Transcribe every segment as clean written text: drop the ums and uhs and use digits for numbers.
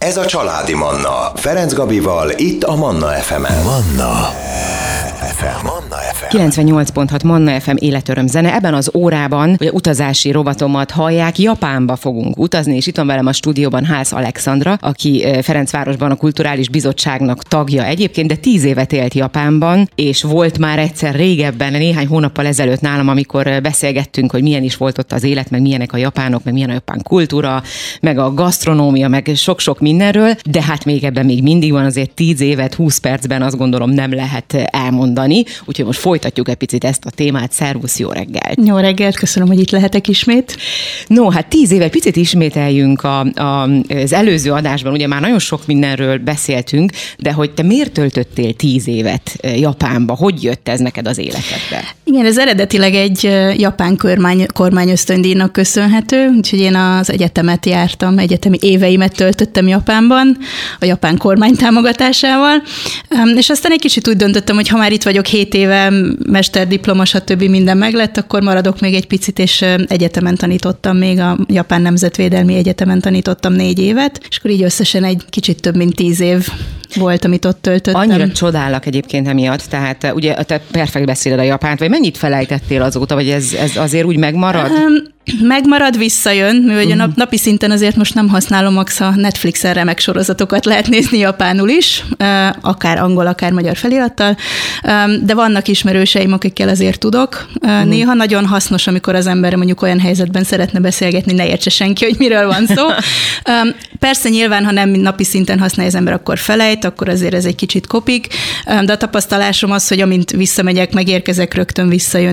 Ez a Családi Manna. Ferenc Gabival, itt a Manna FM-en. Manna FM. 98.6 Manna FM életöröm zene. Ebben az órában ugye utazási rovatomat hallják, Japánba fogunk utazni, és itt van velem a stúdióban Ház Alexandra, aki Ferencvárosban a Kulturális Bizottságnak tagja egyébként, de 10 évet élt Japánban, és volt már egyszer régebben, néhány hónappal ezelőtt nálam, amikor beszélgettünk, hogy milyen is volt ott az élet, meg milyenek a japánok, meg milyen a japán kultúra, meg a gasztronómia, meg sok-sok mindenről, de hát még ebben még mindig van, azért 10 évet 20 percben azt gondolom nem lehet elmondani, úgyhogy most folytatjuk egy picit ezt a témát. Szervusz, jó reggelt! Jó reggelt, köszönöm, hogy itt lehetek ismét. No, hát 10 éve picit ismételjünk az előző adásban, ugye már nagyon sok mindenről beszéltünk, de hogy te miért töltöttél 10 évet Japánba? Hogy jött ez neked az életedbe? Igen, ez eredetileg egy japán kormány ösztöndíjnak köszönhető, úgyhogy én az egyetemet jártam, egyetemi éveimet töltöttem Japánban, a japán kormány támogatásával, és aztán egy kicsit úgy döntöttem, hogy ha már itt vagyok 7 éve, mesterdiploma, stb. Minden meglett, akkor maradok még egy picit, és egyetemen tanítottam, még a Japán Nemzetvédelmi Egyetemen tanítottam 4 évet, és akkor így összesen egy kicsit több mint 10 év volt, amit ott töltöttem. Annyira csodálok egyébként emiatt, tehát ugye te perfekt beszéled a japánt, vagy mennyit felejtettél azóta, vagy ez azért úgy megmarad? Megmarad, visszajön, mivel a napi szinten azért most nem használom, max a Netflixen remek sorozatokat lehet nézni japánul is, akár angol, akár magyar felirattal, de vannak ismerőseim, akikkel azért tudok. Néha nagyon hasznos, amikor az ember mondjuk olyan helyzetben szeretne beszélgetni, ne értse senki, hogy miről van szó. Persze nyilván, ha nem napi szinten használja az ember, akkor felejt, akkor azért ez egy kicsit kopik, de a tapasztalásom az, hogy amint visszamegyek, megérkezek, rögtön visszajön,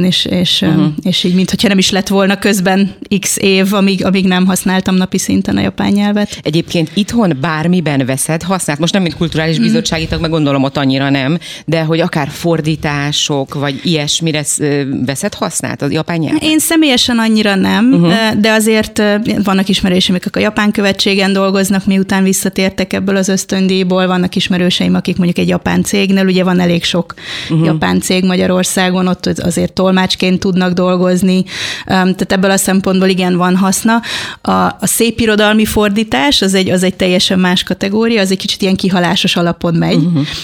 és így, mintha nem is lett volna közben x év, amíg nem használtam napi szinten a japán nyelvet. Egyébként itthon bármiben veszed használt? Most nem, mint kulturális bizottsági tag, meg gondolom ott annyira nem, de hogy akár fordítások, vagy ilyesmire veszed használt az japán nyelvet? Én személyesen annyira nem, de azért vannak ismerőseim, akik a japán követségen dolgoznak, miután visszatértek ebből az ösztöndíjból, vannak ismerőseim, akik mondjuk egy japán cégnél, ugye van elég sok japán cég Magyarországon, ott azért tolmácsként tudnak dolgozni, tehát ebből a szempontból igen van haszna. A szépirodalmi fordítás az egy teljesen más kategória, az egy kicsit ilyen kihalásos alapon megy.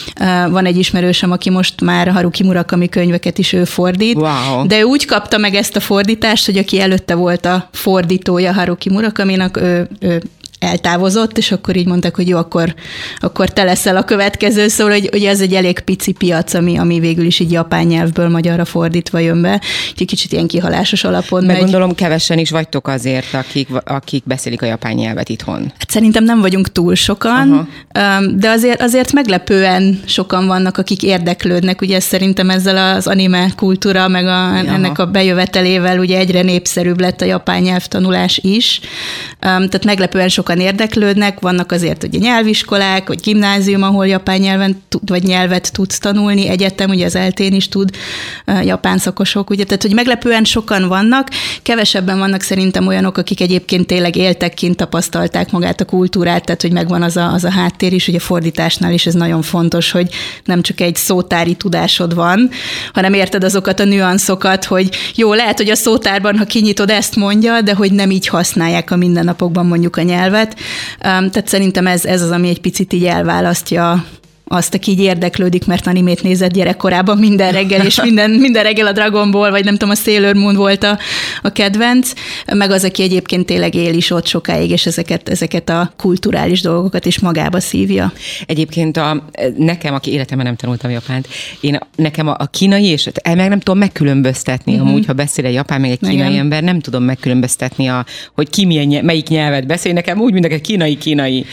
Van egy ismerősöm, aki most már Haruki Murakami könyveket is ő fordít, de ő úgy kapta meg ezt a fordítást, hogy aki előtte volt a fordítója Haruki Murakaminak, ő eltávozott, és akkor így mondták, hogy jó, akkor te leszel a következő, szóval, hogy ez egy elég pici piac, ami végül is így japán nyelvből magyarra fordítva jön be. Úgyhogy kicsit ilyen kihalásos alapon megy. Gondolom kevesen is vagytok azért, akik beszélik a japán nyelvet itthon. Hát szerintem nem vagyunk túl sokan, de azért meglepően sokan vannak, akik érdeklődnek. Ugye szerintem ezzel az anime kultúra, meg ennek a bejövetelével ugye egyre népszerűbb lett a japán nyelvtanulás is. Tehát meglepően sokan érdeklődnek, vannak azért ugye nyelviskolák, vagy gimnázium, ahol japán nyelven vagy nyelvet tudsz tanulni, egyetem, ugye az ELTE-n is tud japán szakosok, ugye, tehát hogy meglepően sokan vannak, kevesebben vannak szerintem olyanok, akik egyébként tényleg éltek kint, tapasztalták magát a kultúrát, tehát hogy megvan az a háttér is, ugye fordításnál is ez nagyon fontos, hogy nem csak egy szótári tudásod van, hanem érted azokat a nüanszokat, hogy jó, lehet, hogy a szótárban, ha kinyitod, ezt mondja, de hogy nem így használják a mindennapokban mondjuk a nyelvet. Tehát szerintem ez az, ami egy picit így elválasztja azt, aki így érdeklődik, mert animét nézett gyerekkorában minden reggel, és minden reggel a Dragon Ball, vagy nem tudom, a Sailor Moon volt a kedvenc, meg az, aki egyébként tényleg él is ott sokáig, és ezeket a kulturális dolgokat is magába szívja. Egyébként nekem, aki életemben nem tanultam japánt, nekem a kínai, és meg nem tudom megkülönböztetni, amúgy, ha beszél egy japán, meg egy kínai ember, nem tudom megkülönböztetni, hogy ki melyik nyelvet beszél, nekem úgy mindenki kínai.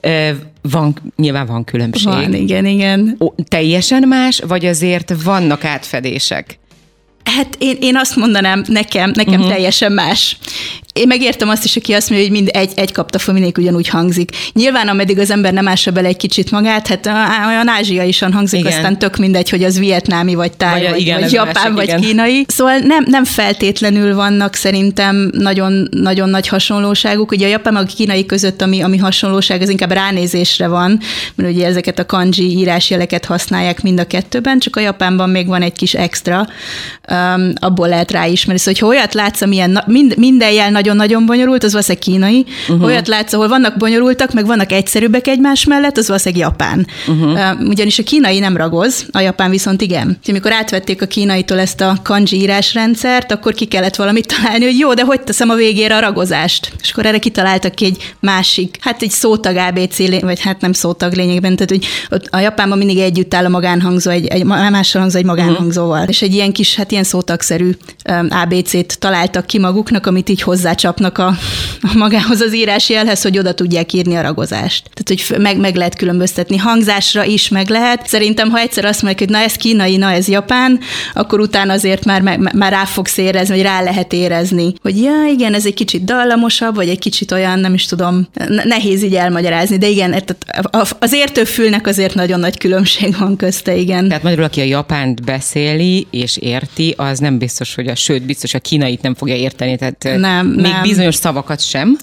Nyilván van különbség. Van, igen. Teljesen más, vagy azért vannak átfedések? Hát én azt mondanám, nekem teljesen más. Én megértem azt is, aki azt mondja, hogy mind egy kaptafa mindenki ugyanúgy hangzik. Nyilván, ameddig az ember nem ássa bele egy kicsit magát, hát olyan ázsiaisan hangzik, igen. Aztán tök mindegy, hogy az vietnámi, vagy táj, vagy japán, vagy kínai. Szóval nem feltétlenül vannak szerintem nagyon nagy hasonlóságuk. Ugye a japán meg a kínai között, ami hasonlóság, az inkább ránézésre van, mert ugye ezeket a kanji írásjeleket használják mind a kettőben, csak a Japánban még van egy kis extra, abból lehet ráismerni. Szóval, hogy olyat látsz, amilyen minden jel nagyon nagyon-nagyon bonyolult, az valószínűleg kínai. Olyat látsz, ahol vannak bonyolultak, meg vannak egyszerűbbek egymás mellett, az valószínűleg japán. Ugyanis a kínai nem ragoz, a japán viszont igen. Úgyhogy amikor átvették a kínaitól ezt a kanji írásrendszert, akkor ki kellett valamit találni, hogy jó, de hogy teszem a végére a ragozást? És akkor erre kitaláltak ki egy másik, hát egy szótag ABC, vagy hát nem szótag lényegben, tehát hogy a Japánban mindig együtt áll a magánhangzó, egy mással hangzó egy magánhangzóval. És egy ilyen kis, hát ilyen szótagszerű ABC-t találtak ki maguknak, amit így hozzácsapnak a magához az írásjelhez, hogy oda tudják írni a ragozást. Tehát, hogy meg lehet különböztetni. Hangzásra is meg lehet. Szerintem, ha egyszer azt mondják, hogy na ez kínai, na ez japán, akkor utána azért már rá fogsz érezni, vagy rá lehet érezni, hogy ja, igen, ez egy kicsit dallamosabb, vagy egy kicsit olyan, nem is tudom, nehéz így elmagyarázni, de igen, az értőfülnek azért nagyon nagy különbség van közte, igen. Tehát magyarul, aki a japánt beszéli és érti, az nem biztos, hogy sőt, biztos a kínait nem fogja érteni, tehát még bizonyos szavakat sem.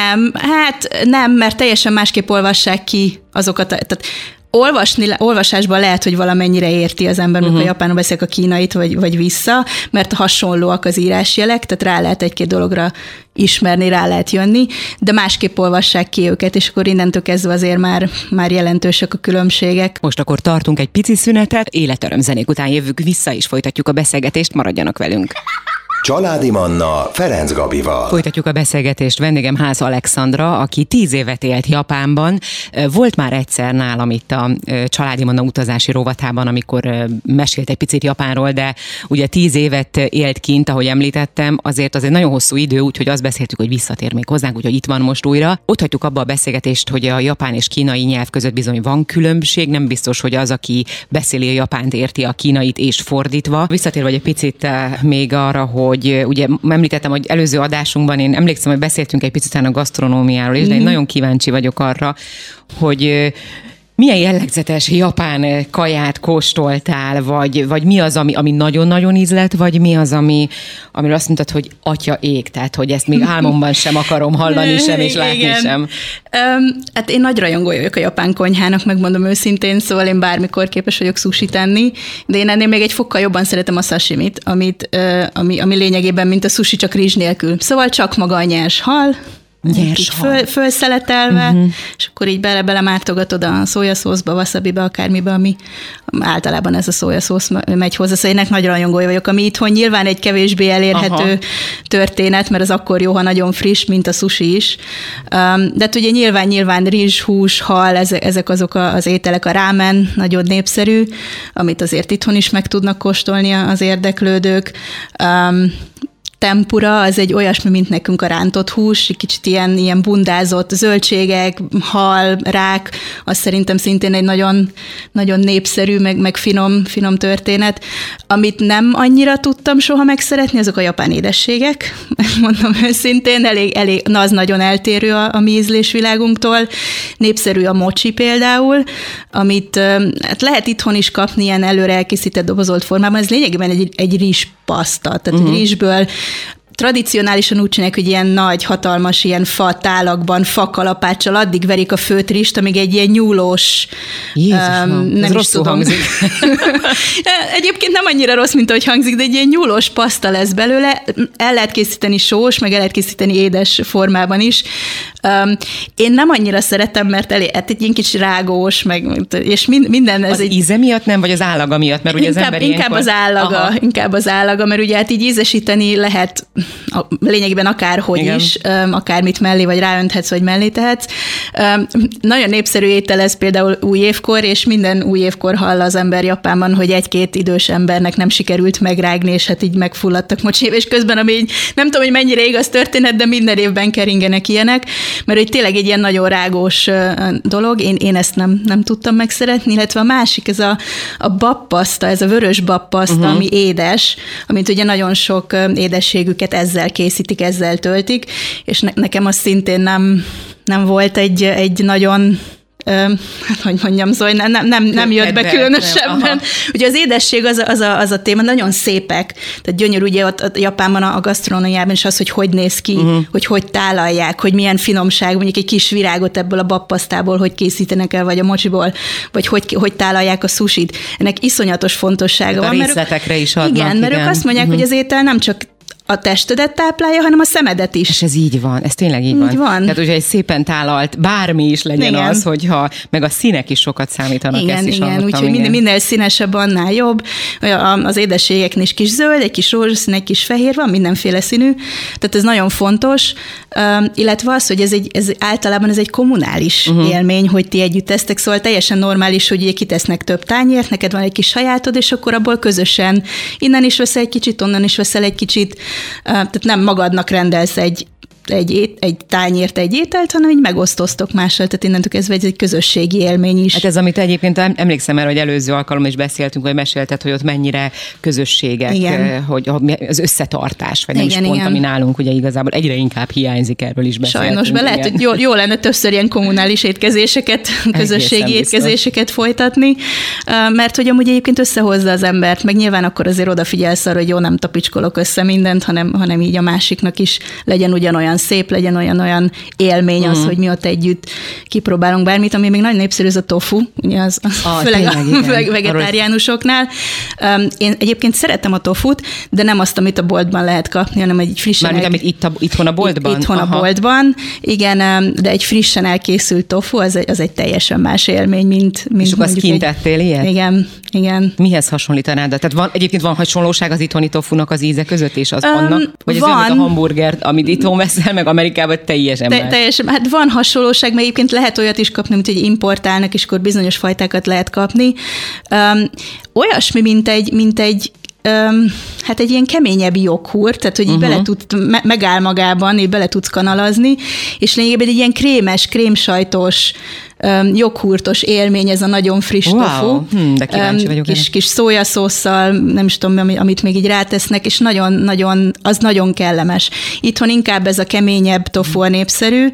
Nem, mert teljesen másképp olvassák ki azokat, tehát olvasásban lehet, hogy valamennyire érti az ember, amikor japánul beszél a kínait, vagy vissza, mert hasonlóak az írásjelek, tehát rá lehet egy-két dologra ismerni, rá lehet jönni, de másképp olvassák ki őket, és akkor innentől kezdve azért már jelentősek a különbségek. Most akkor tartunk egy pici szünetet, életörömzenék után jövünk vissza, és folytatjuk a beszélgetést, maradjanak velünk. Családi Manna Ferenc Gabival. Folytatjuk a beszélgetést. Vendégem Ház Alexandra, aki 10 évet élt Japánban. Volt már egyszer nálam itt a Családi Manna utazási rovatában, amikor mesélt egy picit Japánról, de ugye 10 évet élt kint, ahogy említettem, azért az egy nagyon hosszú idő, úgyhogy azt beszéltük, hogy visszatér még hozzánk, úgyhogy itt van most újra. Ott hagytuk abba a beszélgetést, hogy a japán és kínai nyelv között bizony van különbség, nem biztos, hogy az, aki beszéli a japánt, érti a kínait és fordítva. Visszatérve egy picit még arra, hogy ugye említettem, hogy előző adásunkban én emlékszem, hogy beszéltünk egy picit a gasztronómiáról is, de én nagyon kíváncsi vagyok arra, hogy milyen jellegzetes japán kaját kóstoltál, vagy mi az, ami nagyon-nagyon ízlett, vagy mi az, amiről azt mondtad, hogy atya ég, tehát hogy ezt még álmomban sem akarom hallani sem, és látni igen. sem. Hát én nagy rajongója vagyok a japán konyhának, megmondom őszintén, szóval én bármikor képes vagyok sushi tenni, de én ennél még egy fokkal jobban szeretem a sashimit, ami lényegében mint a sushi, csak rizs nélkül. Szóval csak maga a nyers hal, fölszeletelve, és akkor így belemártogatod a szójaszószba, wasabibe, akármibe, ami általában ez a szójaszósz megy hozzá. Szóval ennek nagy rajongója vagyok, ami itthon nyilván egy kevésbé elérhető történet, mert az akkor jó, ha nagyon friss, mint a sushi is. De ugye nyilván rizs, hús, hal, ezek azok az ételek, a rámen nagyon népszerű, amit azért itthon is meg tudnak kóstolni az érdeklődők. Tempura, az egy olyasmi, mint nekünk a rántott hús, kicsit ilyen bundázott zöldségek, hal, rák, az szerintem szintén egy nagyon, nagyon népszerű, meg finom történet. Amit nem annyira tudtam soha megszeretni, azok a japán édességek, mondom őszintén, az nagyon eltérő a mi ízlésvilágunktól. Népszerű a mochi például, amit hát lehet itthon is kapni ilyen előre elkészített dobozolt formában, ez lényegében egy rizspaszta, tehát egy rizsből tradicionálisan úgy csinálják, hogy ilyen nagy, hatalmas, ilyen fa tálakban, fakalapáccsal addig verik a főtt rizst, amíg egy ilyen nyúlós, nem is tudom. Hangzik. Egyébként nem annyira rossz, mint ahogy hangzik, de egy ilyen nyúlós paszta lesz belőle. El lehet készíteni sós, meg el lehet készíteni édes formában is. Én nem annyira szeretem, mert hát egy ilyen kicsi rágós, és minden ez az íze miatt nem, vagy az állaga miatt? Mert ugye az ember inkább az állaga, mert ugye hát így ízesíteni lehet lényegében akárhogy igen. is, akármit mellé, vagy ráönthetsz, vagy mellé tehetsz. Nagyon népszerű étel ez például újévkor, és minden újévkor hall az ember Japánban, hogy egy-két idős embernek nem sikerült megrágni, és hát így megfulladtak mochi, és közben, ami így, nem tudom, hogy mennyire igaz történet, de minden évben keringenek ilyenek, mert hogy tényleg egy ilyen nagyon rágós dolog, én ezt nem tudtam megszeretni, illetve a másik, ez a babpaszta, ez a vörös babpaszta, ami édes, amit ugye nagyon sok édességüket ezzel készítik, ezzel töltik, és nekem az szintén nem volt egy nagyon hát hogy mondjam, szóval nem jött be különösebben. Ugye az édesség az a téma, nagyon szépek, tehát gyönyörű ugye ott Japánban a gasztronómiában is az, hogy néz ki, hogy tálalják, hogy milyen finomság, mondjuk egy kis virágot ebből a babpasztából, hogy készítenek el, vagy a mochiból, vagy hogy tálalják a sushit. Ennek iszonyatos fontossága van. A részletekre is adnak. Igen, mert ők azt mondják, hogy az étel nem csak a testedet táplálja, hanem a szemedet is. És ez így van, ez tényleg így van. Tehát, hogyha egy szépen tálalt bármi is legyen az, hogyha meg a színek is sokat számítanak. Igen, úgyhogy minél színesebb, annál jobb. Az édességeknél is kis zöld, egy kis rózsaszín, egy kis fehér, van mindenféle színű. Tehát ez nagyon fontos. Illetve az, hogy ez általában ez egy kommunális élmény, hogy ti együtt tesztek, szóval teljesen normális, hogy kitesznek több tányért, neked van egy kis sajátod, és akkor abból közösen innen is veszel egy kicsit, onnan is veszel egy kicsit, tehát nem magadnak rendelsz egy tányért egy ételt, hanem így megosztoztok mással, tehát innentől kezdve egy közösségi élmény is. Hát ez, amit egyébként emlékszem erre, hogy előző alkalommal is beszéltünk, vagy mesélted, hogy ott mennyire közösségek, hogy az összetartás, vagy nem is pont, ami nálunk ugye igazából egyre inkább hiányzik, erről is beszéltünk. Sajnos, lehet, hogy jó lenne többször ilyen kommunális étkezéseket, közösségi étkezéseket folytatni, mert hogy amúgy egyébként összehozza az embert, meg nyilván akkor azért odafigyelsz arra, hogy jó, nem tapicskolok össze mindent, hanem így a másiknak is legyen ugyanolyan szép, legyen olyan élmény az, hogy mi ott együtt kipróbálunk bármit, ami még nagyon népszerű, ez a tofu, ugye az főleg a vegetáriánusoknál. Én egyébként szeretem a tofut, de nem azt, amit a boltban lehet kapni, hanem egy frissen... Mármint amit itthon a boltban? Itthon a boltban, igen, de egy frissen elkészült tofu, az egy teljesen más élmény, mint és akkor azt kint ettél ilyet? Igen. Mihez hasonlítanád? Tehát egyébként van hasonlóság az itthoni tofunak az íze között, és az annak? Vagy van. Ez olyan, a hamburger, amit itthon veszel, meg Amerikában teljesen más. Teljesen, hát van hasonlóság, mert egyébként lehet olyat is kapni, mint hogy importálnak, és akkor bizonyos fajtákat lehet kapni. Olyasmi, mint egy hát egy ilyen keményebb joghurt, tehát hogy így bele tud, megáll magában, így bele tudsz kanalazni, és lényegében egy ilyen krémsajtos, joghurtos élmény, ez a nagyon friss tofu. De kíváncsi vagyok. Kis szójaszósszal, nem is tudom, amit még így rátesznek, és az nagyon kellemes. Itthon inkább ez a keményebb tofu a népszerű,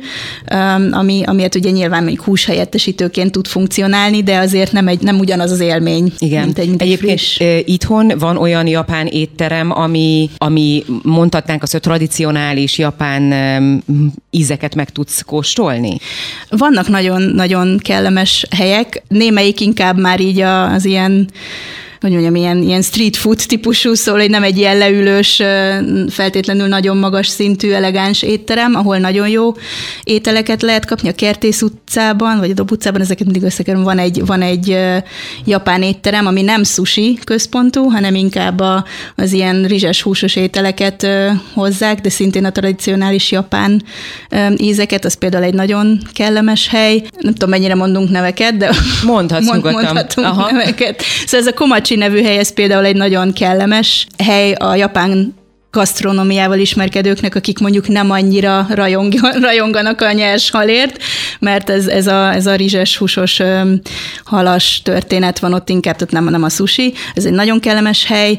amiért ugye nyilván még húshelyettesítőként tud funkcionálni, de azért nem ugyanaz az élmény, mint egy friss. Itthon van olyan japán étterem, ami mondhatnánk azt, hogy tradicionális japán ízeket meg tudsz kóstolni? Vannak nagyon kellemes helyek, némelyik inkább már így az ilyen, hogy mondjam, ilyen street food típusú, szóval hogy nem egy ilyen leülős, feltétlenül nagyon magas szintű, elegáns étterem, ahol nagyon jó ételeket lehet kapni. A Kertész utcában, vagy a Dob utcában, ezeket mindig összekerül, van egy japán étterem, ami nem sushi központú, hanem inkább az ilyen rizses húsos ételeket hozzák, de szintén a tradicionális japán ízeket, az például egy nagyon kellemes hely. Nem tudom, mennyire mondunk neveket, de mondhatunk neveket. Szóval ez a Komachi nevű hely, ez például egy nagyon kellemes hely a japán gasztronómiával ismerkedőknek, akik mondjuk nem annyira rajonganak a nyers halért, mert ez a rizses, húsos, halas történet van ott inkább, tehát nem a sushi. Ez egy nagyon kellemes hely.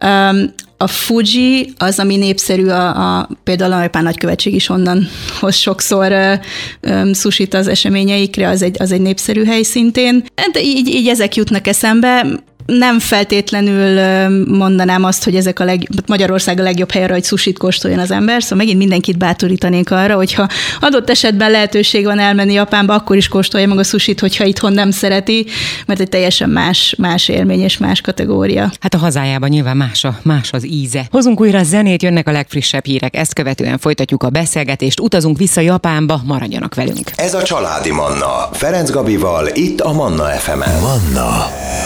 A Fuji az, ami népszerű, például a japán nagykövetség is onnan hoz sokszor sushit az eseményeikre, az egy népszerű hely szintén. De így ezek jutnak eszembe. Nem feltétlenül mondanám azt, hogy ezek Magyarország a legjobb hely arra, hogy sushit kóstoljon az ember, szóval megint mindenkit bátorítanék arra, hogyha adott esetben lehetőség van elmenni Japánba, akkor is kóstolja meg a sushit, hogyha itthon nem szereti, mert egy teljesen más élmény és más kategória. Hát a hazájában nyilván más az íze. Hozunk újra zenét, jönnek a legfrissebb hírek, ezt követően folytatjuk a beszélgetést, utazunk vissza Japánba, maradjanak velünk. Ez a Családi Manna, Ferenc Gabival, itt a Manna FM-en. Manna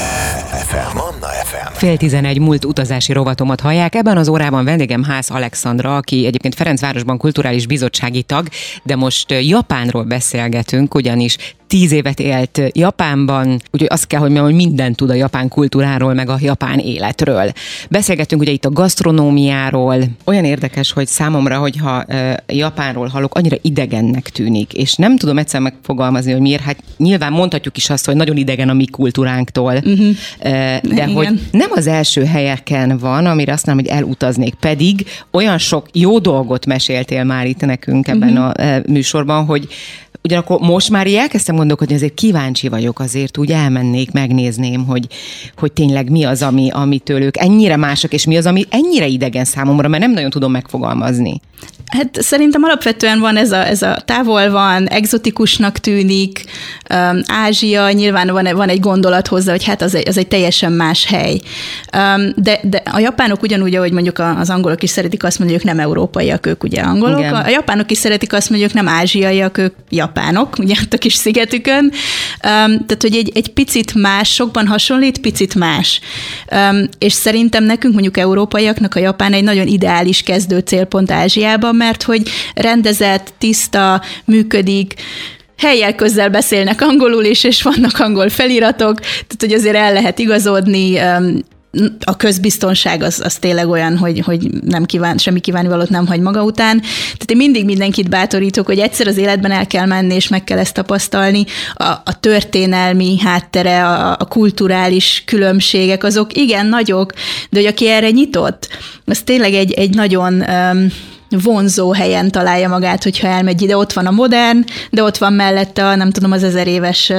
FM. 10:30 múlt utazási rovatomat hallják. Ebben az órában vendégem Ház Alexandra, aki egyébként Ferencvárosban kulturális bizottsági tag, de most Japánról beszélgetünk, ugyanis 10 évet élt Japánban, úgyhogy azt kell, hogy mondjam, hogy mindent tud a japán kultúráról, meg a japán életről. Beszélgettünk ugye itt a gasztronómiáról. Olyan érdekes, hogy számomra, hogyha Japánról hallok, annyira idegennek tűnik, és nem tudom egyszer megfogalmazni, hogy miért. Hát nyilván mondhatjuk is azt, hogy nagyon idegen a mi kultúránktól, de hogy nem az első helyeken van, amire azt mondom, hogy elutaznék, pedig olyan sok jó dolgot meséltél már itt nekünk ebben a műsorban, hogy Ugyanakkor most már elkezdtem gondolkodni, azért kíváncsi vagyok, azért úgy elmennék, megnézném, hogy tényleg mi az, amitől ők ennyire mások, és mi az, ami ennyire idegen számomra, mert nem nagyon tudom megfogalmazni. Hát szerintem alapvetően van ez a távol van, egzotikusnak tűnik, Ázsia, nyilván van egy gondolat hozzá, hogy hát az egy teljesen más hely. De a japánok ugyanúgy, ahogy mondjuk az angolok is szeretik azt mondani, hogy ők nem európaiak, ők ugye angolok. Igen. A japánok is szeretik azt mondani, hogy ők nem ázsiaiak, ők japánok, ugye a kis szigetükön. Tehát, hogy egy picit más, sokban hasonlít, picit más. És szerintem nekünk mondjuk európaiaknak a Japán egy nagyon ideális kezdő célpont Ázsiában, mert hogy rendezett, tiszta, működik, helyjel közel beszélnek angolul is, és vannak angol feliratok, tehát hogy azért el lehet igazodni, a közbiztonság az tényleg olyan, hogy nem semmi kívánnivalót nem hagy maga után. Tehát én mindig mindenkit bátorítok, hogy egyszer az életben el kell menni, és meg kell ezt tapasztalni. A történelmi háttere, a kulturális különbségek, azok igen nagyok, de hogy aki erre nyitott, az tényleg egy nagyon vonzó helyen találja magát, hogyha elmegy ide. Ott van a modern, de ott van mellette nem tudom, az 1000 éves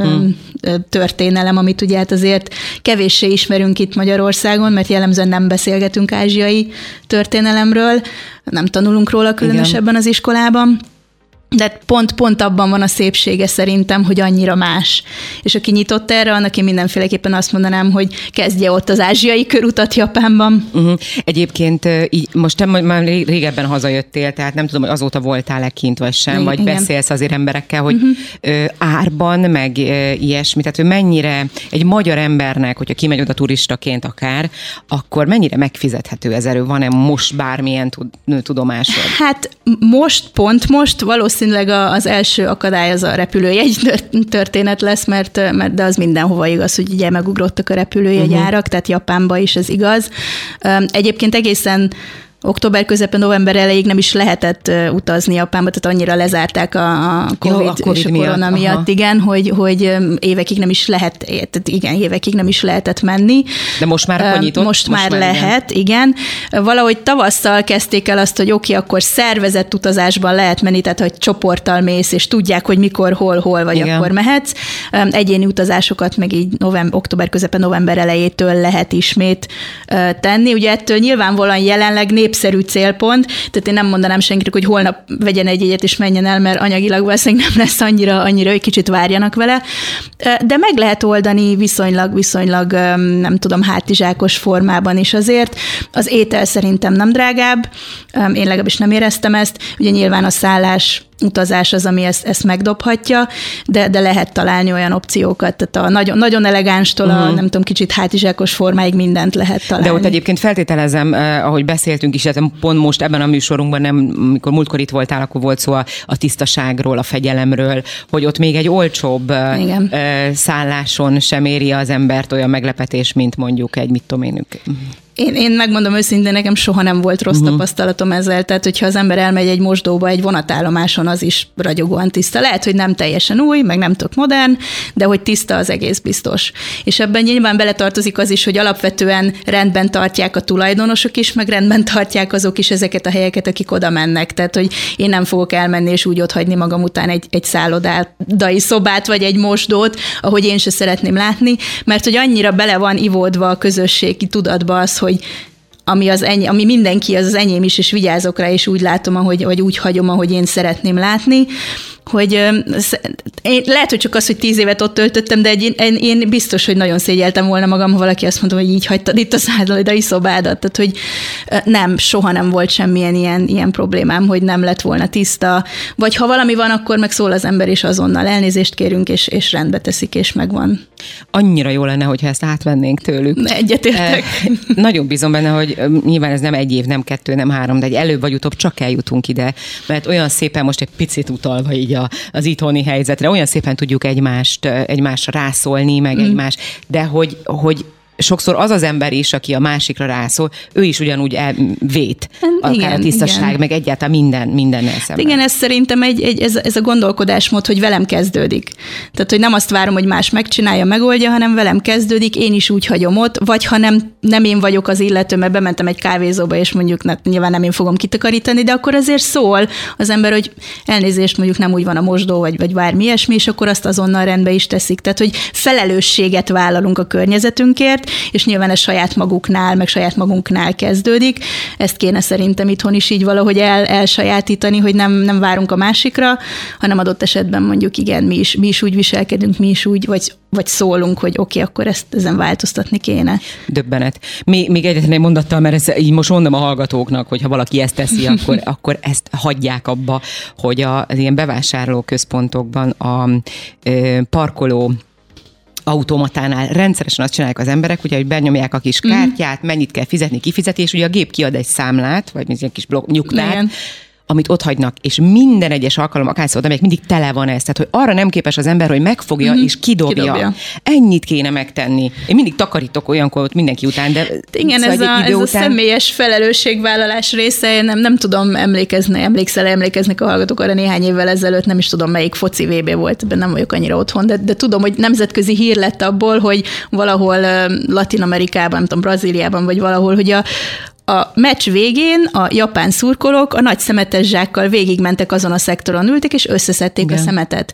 történelem, amit ugye hát azért kevéssé ismerünk itt Magyarországon, mert jellemzően nem beszélgetünk ázsiai történelemről, nem tanulunk róla különösebben az iskolában. De pont abban van a szépsége szerintem, hogy annyira más. És aki nyitott erre, annak én mindenféleképpen azt mondanám, hogy kezdje ott az ázsiai körutat Japánban. Egyébként így, most te már régebben hazajöttél, tehát nem tudom, hogy azóta voltál-e kint vagy sem, vagy beszélsz azért emberekkel, hogy árban, meg ilyesmi, tehát hogy mennyire egy magyar embernek, hogyha kimegy oda turistaként akár, akkor mennyire megfizethető ez erő? Van-e most bármilyen tudomásod? Hát most valószínűleg az első akadály az a repülőjegy történet lesz, mert de az mindenhova igaz, hogy ugye megugrottak a repülőjegyárak, tehát Japánba is ez igaz. Egyébként egészen október közepén, november elejéig nem is lehetett utazni Japánba, tehát annyira lezárták a COVID és a korona miatt, igen, hogy évekig nem is évekig nem is lehetett menni. De most már akkor nyitott? Most már lehet, igen. Valahogy tavasszal kezdték el azt, hogy oké, akkor szervezett utazásban lehet menni, tehát hogy csoporttal mész, és tudják, hogy mikor, hol vagy, igen, akkor mehetsz. Egyéni utazásokat meg így október közepén, november elejétől lehet ismét tenni. Ugye ettől nyilvánvalóan jelenleg népszerű célpont, tehát én nem mondanám senkinek, hogy holnap vegyen egy jegyet és menjen el, mert anyagilag valószínűleg nem lesz annyira, hogy kicsit várjanak vele, de meg lehet oldani viszonylag nem tudom, hátizsákos formában is azért. Az étel szerintem nem drágább, én legalábbis nem éreztem ezt, ugye nyilván a szállás, utazás az, ami ezt megdobhatja, de lehet találni olyan opciókat, tehát a nagyon, nagyon elegánstól a nem tudom, kicsit hátizsákos formáig mindent lehet találni. De ott egyébként feltételezem, ahogy beszéltünk is, pont most ebben a műsorunkban, amikor múltkor itt voltál, akkor volt szó a tisztaságról, a fegyelemről, hogy ott még egy olcsóbb szálláson sem éri az embert olyan meglepetés, mint mondjuk egy, mit tudom én. Én megmondom őszintén, nekem soha nem volt rossz tapasztalatom ezzel, tehát hogyha az ember elmegy egy mosdóba, egy vonatállomáson, az is ragyogóan tiszta. Lehet, hogy nem teljesen új, meg nem tök modern, de hogy tiszta, az egész biztos. És ebben nyilván beletartozik az is, hogy alapvetően rendben tartják a tulajdonosok is, meg rendben tartják azok is ezeket a helyeket, akik oda mennek. Tehát, hogy én nem fogok elmenni és úgy otthagyni magam után egy szállodai szobát, vagy egy mosdót, ahogy én se szeretném látni, mert hogy annyira bele van ivódva a közösségi tudatba az, hogy ami mindenki, az enyém is, és vigyázok rá, és úgy látom, vagy úgy hagyom, ahogy én szeretném látni, hogy lehet, hogy csak az, hogy 10 évet ott töltöttem, de én biztos, hogy nagyon szégyeltem volna magam, ha valaki azt mondta, hogy így hagytad itt a szállodai szobádat. Tehát, hogy nem, soha nem volt semmilyen ilyen problémám, hogy nem lett volna tiszta, vagy ha valami van, akkor meg szól az ember, és azonnal elnézést kérünk, és rendbe teszik, és megvan. Annyira jó lenne, hogyha ezt átvennénk tőlük. Egyetértek. Nagyon bízom benne, hogy nyilván ez nem 1 év, nem 2, nem 3, de egy előbb vagy utóbb csak eljutunk ide, mert olyan szépen most egy picit utalva így az itthoni helyzetre, olyan szépen tudjuk egymásra rászólni, meg egymás, de hogy sokszor az az ember is, aki a másikra rászól, ő is ugyanúgy vét, akár a tisztaság, meg egyáltalán mindennel szemben. Igen, ez szerintem ez a gondolkodásmód, hogy velem kezdődik. Tehát, hogy nem azt várom, hogy más megcsinálja, megoldja, hanem velem kezdődik, én is úgy hagyom ott, vagy ha nem én vagyok az illető, mert bementem egy kávézóba, és mondjuk nyilván nem én fogom kitakarítani, de akkor azért szól az ember, hogy elnézést, mondjuk nem úgy van a mosdó, vagy bármi ilyesmi, és akkor azt azonnal rendbe is teszik. Tehát, hogy felelősséget vállalunk a környezetünkért, és nyilván ez saját maguknál, meg saját magunknál kezdődik. Ezt kéne szerintem itthon is így valahogy elsajátítani, hogy nem várunk a másikra, hanem adott esetben mondjuk igen, mi is úgy viselkedünk, mi is úgy, vagy szólunk, hogy oké, akkor ezen változtatni kéne. Döbbenet. Még egyetlen egy mondattal, mert így most mondom a hallgatóknak, hogy ha valaki ezt teszi, akkor ezt hagyják abba, hogy az ilyen bevásárlóközpontokban a parkoló automatánál rendszeresen azt csinálják az emberek, ugye, hogy benyomják a kis kártyát, mennyit kell fizetni, kifizeti, és ugye a gép kiad egy számlát, vagy egy kis nyugtát, igen, amit ott hagynak, és minden egyes alkalom, akárszor, amelyek mindig tele van ez, tehát hogy arra nem képes az ember, hogy megfogja és kidobja. Ennyit kéne megtenni. Én mindig takarítok olyankor ott mindenki után, de igen, szóval ez a személyes felelősségvállalás része, én nem tudom emlékeznek a hallgatók arra néhány évvel ezelőtt, nem is tudom, melyik foci VB volt, ebben nem vagyok annyira otthon, de tudom, hogy nemzetközi hír lett abból, hogy valahol Latin-Amerikában, nem tudom, Brazíliában, vagy valahol, hogy a meccs végén a japán szurkolók a nagy szemetes zsákkal végigmentek azon a szektoron, ültek, és összeszedték a szemetet.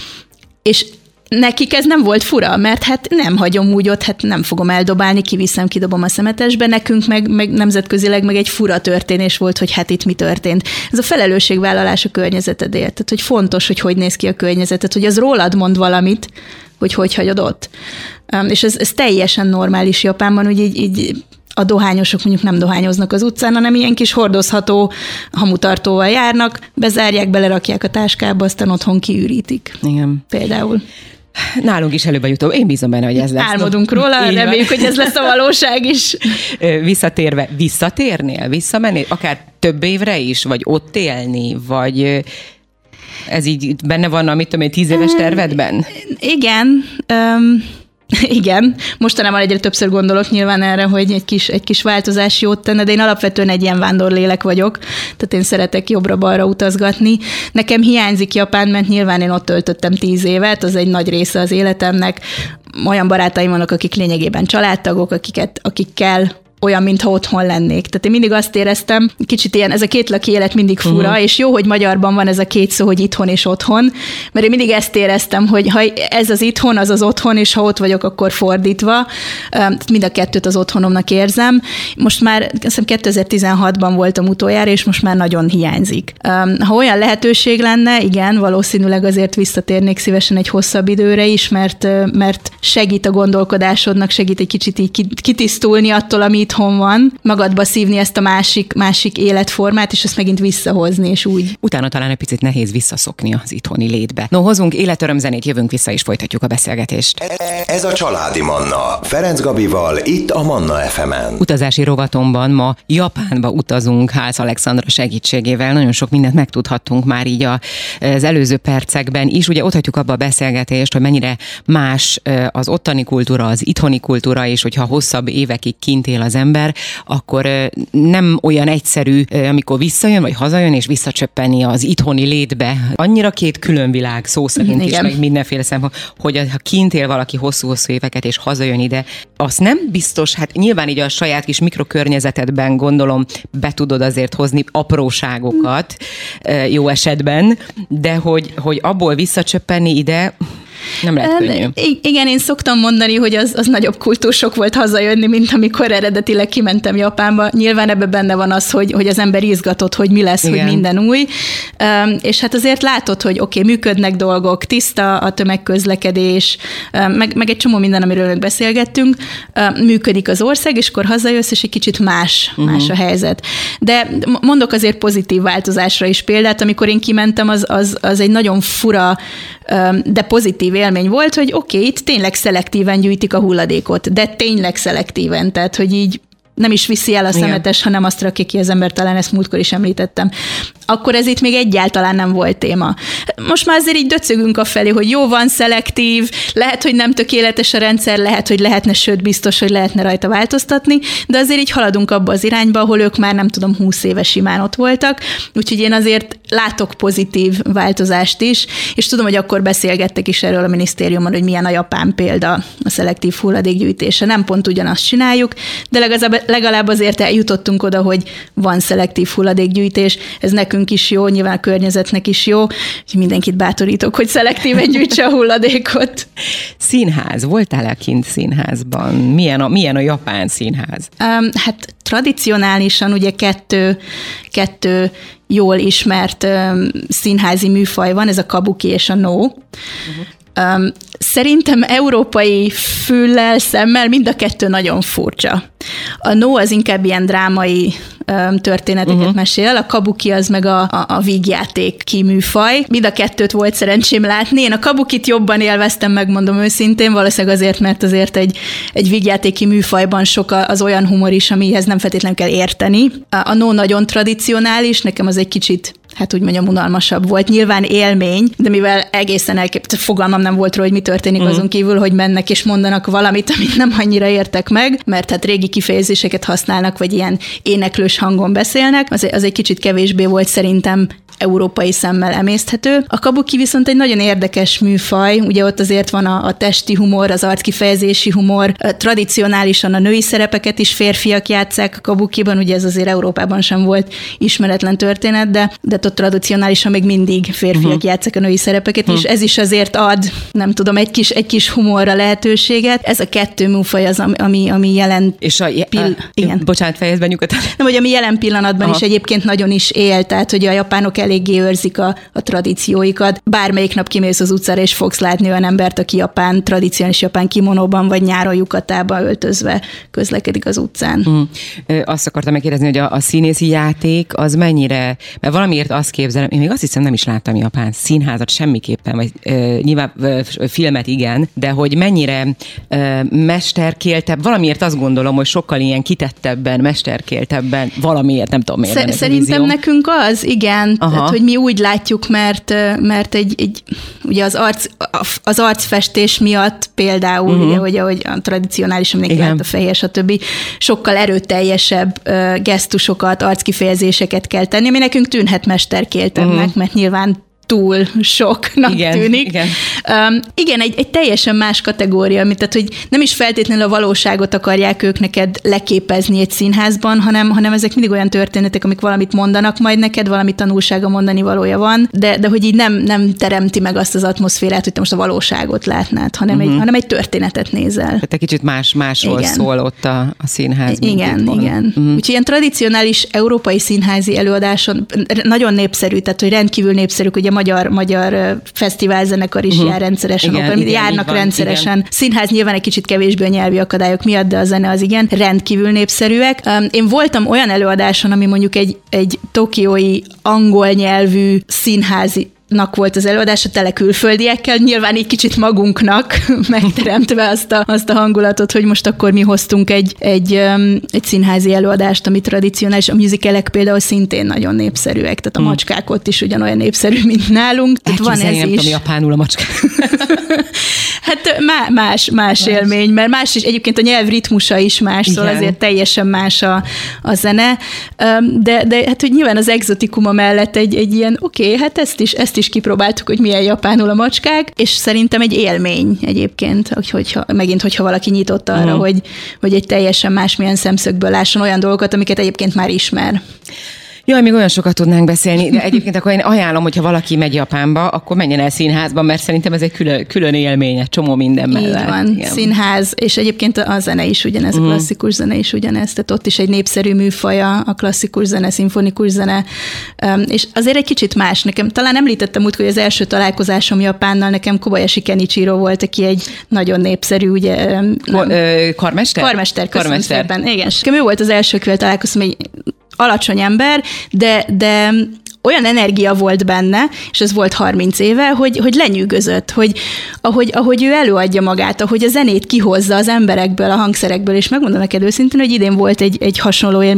És nekik ez nem volt fura, mert hát nem hagyom úgy ott, hát nem fogom eldobálni, kiviszem, kidobom a szemetesbe, nekünk meg nemzetközileg meg egy fura történés volt, hogy hát itt mi történt. Ez a felelősségvállalás a környezetedért, tehát hogy fontos, hogy néz ki a környezetet, hogy az rólad mond valamit, hogy hagyod ott. És ez teljesen normális Japánban, hogy így a dohányosok mondjuk nem dohányoznak az utcán, hanem ilyen kis hordozható hamutartóval járnak, bezárják, belerakják a táskába, aztán otthon kiürítik. Igen. Például. Nálunk is előbb jutó. Én bízom benne, hogy ez lesz. Álmodunk róla, reméljük, hogy ez lesz a valóság is. Visszatérve, visszatérnél? Visszamenni? Akár több évre is? Vagy ott élni? Vagy ez így benne van, amit tudom én, 10 éves tervedben? Igen. Igen, mostanában egyre többször gondolok nyilván erre, hogy egy kis változás jót tenne, de én alapvetően egy ilyen vándorlélek vagyok, tehát én szeretek jobbra-balra utazgatni. Nekem hiányzik Japán, mert nyilván én ott töltöttem 10 évet, az egy nagy része az életemnek. Olyan barátaim vannak, akik lényegében családtagok, akikkel olyan, mintha otthon lennék. Tehát én mindig azt éreztem, kicsit ilyen, ez a kétlaki élet mindig fura, és jó, hogy magyarban van ez a két szó, hogy itthon és otthon, mert én mindig ezt éreztem, hogy ha ez az itthon, az az otthon, és ha ott vagyok, akkor fordítva. Mind a kettőt az otthonomnak érzem. Most már 2016-ban voltam utoljára, és most már nagyon hiányzik. Ha olyan lehetőség lenne, igen, valószínűleg azért visszatérnék szívesen egy hosszabb időre is, mert segít a gondolkodásodnak, segít egy kicsit így kitisztulni attól, ami itthon van, magadba szívni ezt a másik életformát, és ezt megint visszahozni, és úgy. Utána talán egy picit nehéz visszaszokni az itthoni létbe. No, hozunk életörömzenét, jövünk vissza, és folytatjuk a beszélgetést. Ez a Családi Manna. Ferenc Gabival, itt a Manna FM-en. Utazási rovatomban ma Japánba utazunk Ház Alexandra segítségével. Nagyon sok mindent megtudhattunk már így az előző percekben is. Ugye ott hagyjuk abba a beszélgetést, hogy mennyire más az ottani kultúra, az itthoni kultúra, és hogyha hosszabb évekig kint él az ember, akkor nem olyan egyszerű, amikor visszajön, vagy hazajön, és visszacsöppeni az itthoni létbe. Annyira két külön világ, szó szerint is, meg mindenféle szempont, hogy ha kint él valaki hosszú-hosszú éveket, és hazajön ide, azt nem biztos, hát nyilván így a saját kis mikrokörnyezetedben gondolom be tudod azért hozni apróságokat jó esetben, de hogy abból visszacsöppenni ide, nem lehet könnyű. Igen, én szoktam mondani, hogy az nagyobb kultúrsok volt hazajönni, mint amikor eredetileg kimentem Japánba. Nyilván ebben benne van az, hogy az ember izgatott, hogy mi lesz, igen, hogy minden új. És hát azért látod, hogy oké, működnek dolgok, tiszta a tömegközlekedés, meg egy csomó minden, amiről beszélgettünk, működik az ország, és akkor hazajössz, és egy kicsit más a helyzet. De mondok azért pozitív változásra is példát, amikor én kimentem, az egy nagyon fura, de pozitív élmény volt, hogy oké, itt tényleg szelektíven gyűjtik a hulladékot, de tényleg szelektíven, tehát hogy így nem is viszi el a szemetes, hanem azt rakja ki az ember, talán ezt múltkor is említettem. akkor ez itt még egyáltalán nem volt téma. Most már azért így döcögünk afelé, hogy jó, van szelektív, lehet, hogy nem tökéletes a rendszer, lehet, hogy lehetne, sőt biztos, hogy lehetne rajta változtatni, de azért így haladunk abba az irányba, ahol ők már nem tudom, 20 éve simán ott voltak, úgyhogy én azért látok pozitív változást is, és tudom, hogy akkor beszélgettek is erről a minisztériumon, hogy milyen a japán példa a szelektív hulladékgyűjtése. Nem pont ugyanazt csináljuk, de legalább azért eljutottunk oda, hogy van szelektív hulladékgyűjtés, ez nekünk is jó, nyilván a környezetnek is jó, úgyhogy mindenkit bátorítok, hogy szelektíven gyűjtse a hulladékot. Színház. Voltál-e kint színházban? Milyen a japán színház? Hát tradicionálisan ugye kettő jól ismert színházi műfaj van, ez a kabuki és a no. Szerintem európai füllel, szemmel mind a kettő nagyon furcsa. A no az inkább ilyen drámai történeteket mesél, a kabuki az meg a vígjáték kiműfaj. Mind a kettőt volt szerencsém látni. Én a kabukit jobban élveztem, megmondom őszintén, valószínűleg azért, mert azért egy vígjátéki műfajban sok az olyan humor is, amihez nem feltétlenül kell érteni. A no nagyon tradicionális, nekem az egy kicsit úgy mondjam, unalmasabb volt. Nyilván élmény, de mivel egészen fogalmam nem volt róla, hogy mi történik azon kívül, hogy mennek és mondanak valamit, amit nem annyira értek meg, mert hát régi kifejezéseket használnak, vagy ilyen éneklős hangon beszélnek, az egy kicsit kevésbé volt szerintem európai szemmel emészthető. A kabuki viszont egy nagyon érdekes műfaj, ugye ott azért van a testi humor, az arckifejezési humor, tradicionálisan a női szerepeket is férfiak játsszák a kabukiban, ugye ez azért Európában sem volt ismeretlen történet, de ott tradicionálisan még mindig férfiak játsszák a női szerepeket, és ez is azért ad, nem tudom, egy kis humorra lehetőséget. Ez a kettő műfaj az, ami jelen... És igen. Bocsánat, fejezd be nyugodtan. Nem, hogy ami jelen pillanatban is egyébként nagyon is él, tehát hogy a japánok eléggé őrzik a tradícióikat. Bármelyik nap kimész az utcára, és fogsz látni olyan embert, aki tradicionális japán kimonóban, vagy nyáron yukatába öltözve közlekedik az utcán. Azt akartam megkérdezni, hogy a színészi játék az mennyire, mert valamiért azt képzelem, én még azt hiszem nem is láttam japán színházat semmiképpen, vagy nyilván filmet igen, de hogy mennyire mesterkéltebb, valamiért azt gondolom, hogy sokkal ilyen kitettebben, mesterkéltebben, valamiért, nem tudom miért. Szerintem nekünk az, igen, tehát, hogy mi úgy látjuk, mert ugye az arcfestés miatt például, ugye, hogy ahogy tradicionálisan mindenki lát a fehér, stb. Sokkal erőteljesebb gesztusokat, arckifejezéseket kell tenni, ami nekünk tűnhet mesterkéltebbnek, mert nyilván túl soknak tűnik. Igen, egy teljesen más kategória, tehát hogy nem is feltétlenül a valóságot akarják ők neked leképezni egy színházban, hanem ezek mindig olyan történetek, amik valamit mondanak majd neked, valami tanulsága mondani valója van, de hogy így nem teremti meg azt az atmoszférát, hogy te most a valóságot látnád, hanem egy történetet nézel. Tehát egy kicsit másról szól ott a színház. Igen. Úgyhogy ilyen tradicionális európai színházi előadáson nagyon népszerű, tehát hogy rendkívül népszerű, ugye magyar fesztiválzenekar is jár rendszeresen, járnak rendszeresen. Igen. Színház nyilván egy kicsit kevésbé a nyelvi akadályok miatt, de a zene az igen, rendkívül népszerűek. Én voltam olyan előadáson, ami mondjuk egy tokiói angol nyelvű színházi volt az előadása tele külföldiekkel, nyilván így kicsit magunknak megteremtve azt a hangulatot, hogy most akkor mi hoztunk egy színházi előadást, ami tradicionális. A musicalek például szintén nagyon népszerűek, tehát a macskák ott is ugyanolyan népszerű, mint nálunk. Tehát van ez nem is. Tudom, japánul a macskák. Hát más élmény, mert más is, egyébként a nyelv ritmusa is más, szóval azért teljesen más a zene, de hát, hogy nyilván az egzotikuma mellett egy ilyen, hát ezt is kipróbáltuk, hogy milyen japánul a macskák, és szerintem egy élmény egyébként, hogyha valaki nyitott arra, hogy egy teljesen másmilyen szemszögből lásson olyan dolgokat, amiket egyébként már ismer. Jaj, még olyan sokat tudnánk beszélni, de egyébként akkor én ajánlom, hogyha valaki megy Japánba, akkor menjen el színházba, mert szerintem ez egy külön élmény, egy csomó minden mellett. Így van, igen. Színház, és egyébként a zene is ugyanez, a klasszikus zene is ugyanez, tehát ott is egy népszerű műfaja, a klasszikus zene, szimfonikus zene, és azért egy kicsit más. Nekem talán említettem úgy, hogy az első találkozásom Japánnal, nekem Kobayashi Kenichiro volt, aki egy nagyon népszerű, ugye... Karmester? Karmester. Igen. Ő volt az első, akivel találkoztam, egy alacsony ember, de olyan energia volt benne, és ez volt 30 éve, hogy lenyűgözött, hogy ahogy ő előadja magát, ahogy a zenét kihozza az emberekből, a hangszerekből, és megmondom neked őszintén, hogy idén volt egy hasonló élményem,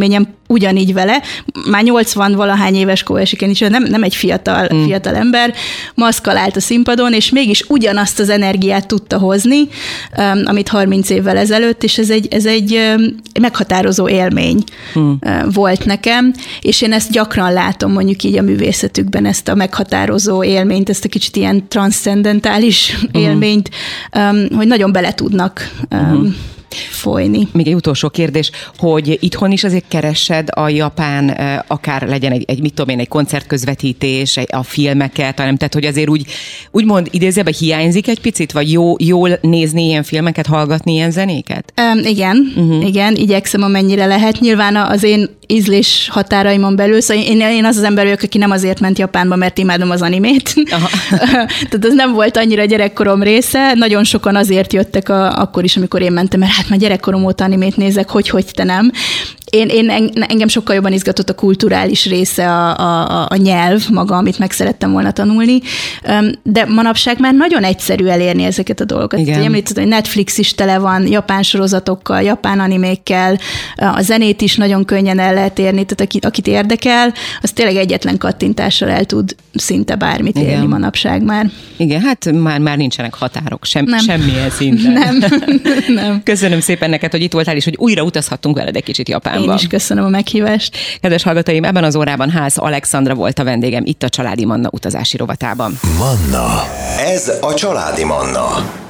ugyanígy vele, már 80-valahány éves Kovalsiken is, nem egy fiatal ember, maszkalált a színpadon, és mégis ugyanazt az energiát tudta hozni, amit 30 évvel ezelőtt, és ez egy meghatározó élmény volt nekem, és én ezt gyakran látom mondjuk így a művészetükben, ezt a meghatározó élményt, ezt a kicsit ilyen transzcendentális élményt, hogy nagyon bele tudnak folyni. Még egy utolsó kérdés, hogy itthon is azért keresed a japán, akár legyen egy koncertközvetítés, a filmeket, hanem tehát, hogy azért úgymond idézőben hiányzik egy picit, vagy jól nézni ilyen filmeket, hallgatni ilyen zenéket? Igen, igyekszem amennyire lehet. Nyilván az én ízlés határaimon belül, szóval én az ember vagyok, aki nem azért ment Japánba, mert imádom az animét. Tehát ez nem volt annyira gyerekkorom része. Nagyon sokan azért jöttek akkor is, amikor én mentem, mert hát már gyerekkorom óta animét nézek, hogy te nem. Engem sokkal jobban izgatott a kulturális része, a nyelv maga, amit meg szerettem volna tanulni, de manapság már nagyon egyszerű elérni ezeket a dolgokat. Említetted, hogy Netflix is tele van japán sorozatokkal, japán animékkel, a zenét is nagyon könnyen el lehet érni, tehát akit érdekel, az tényleg egyetlen kattintással el tud szinte bármit érni manapság már. Igen, hát már nincsenek határok, semmilyen szinten. Nem. Köszönöm szépen neked, hogy itt voltál, és hogy újra utazhattunk veled egy kicsit Japánba. Én is köszönöm a meghívást. Kedves hallgatóim, ebben az órában Ház Alexandra volt a vendégem itt a Családi Manna utazási rovatában. Manna. Ez a Családi Manna.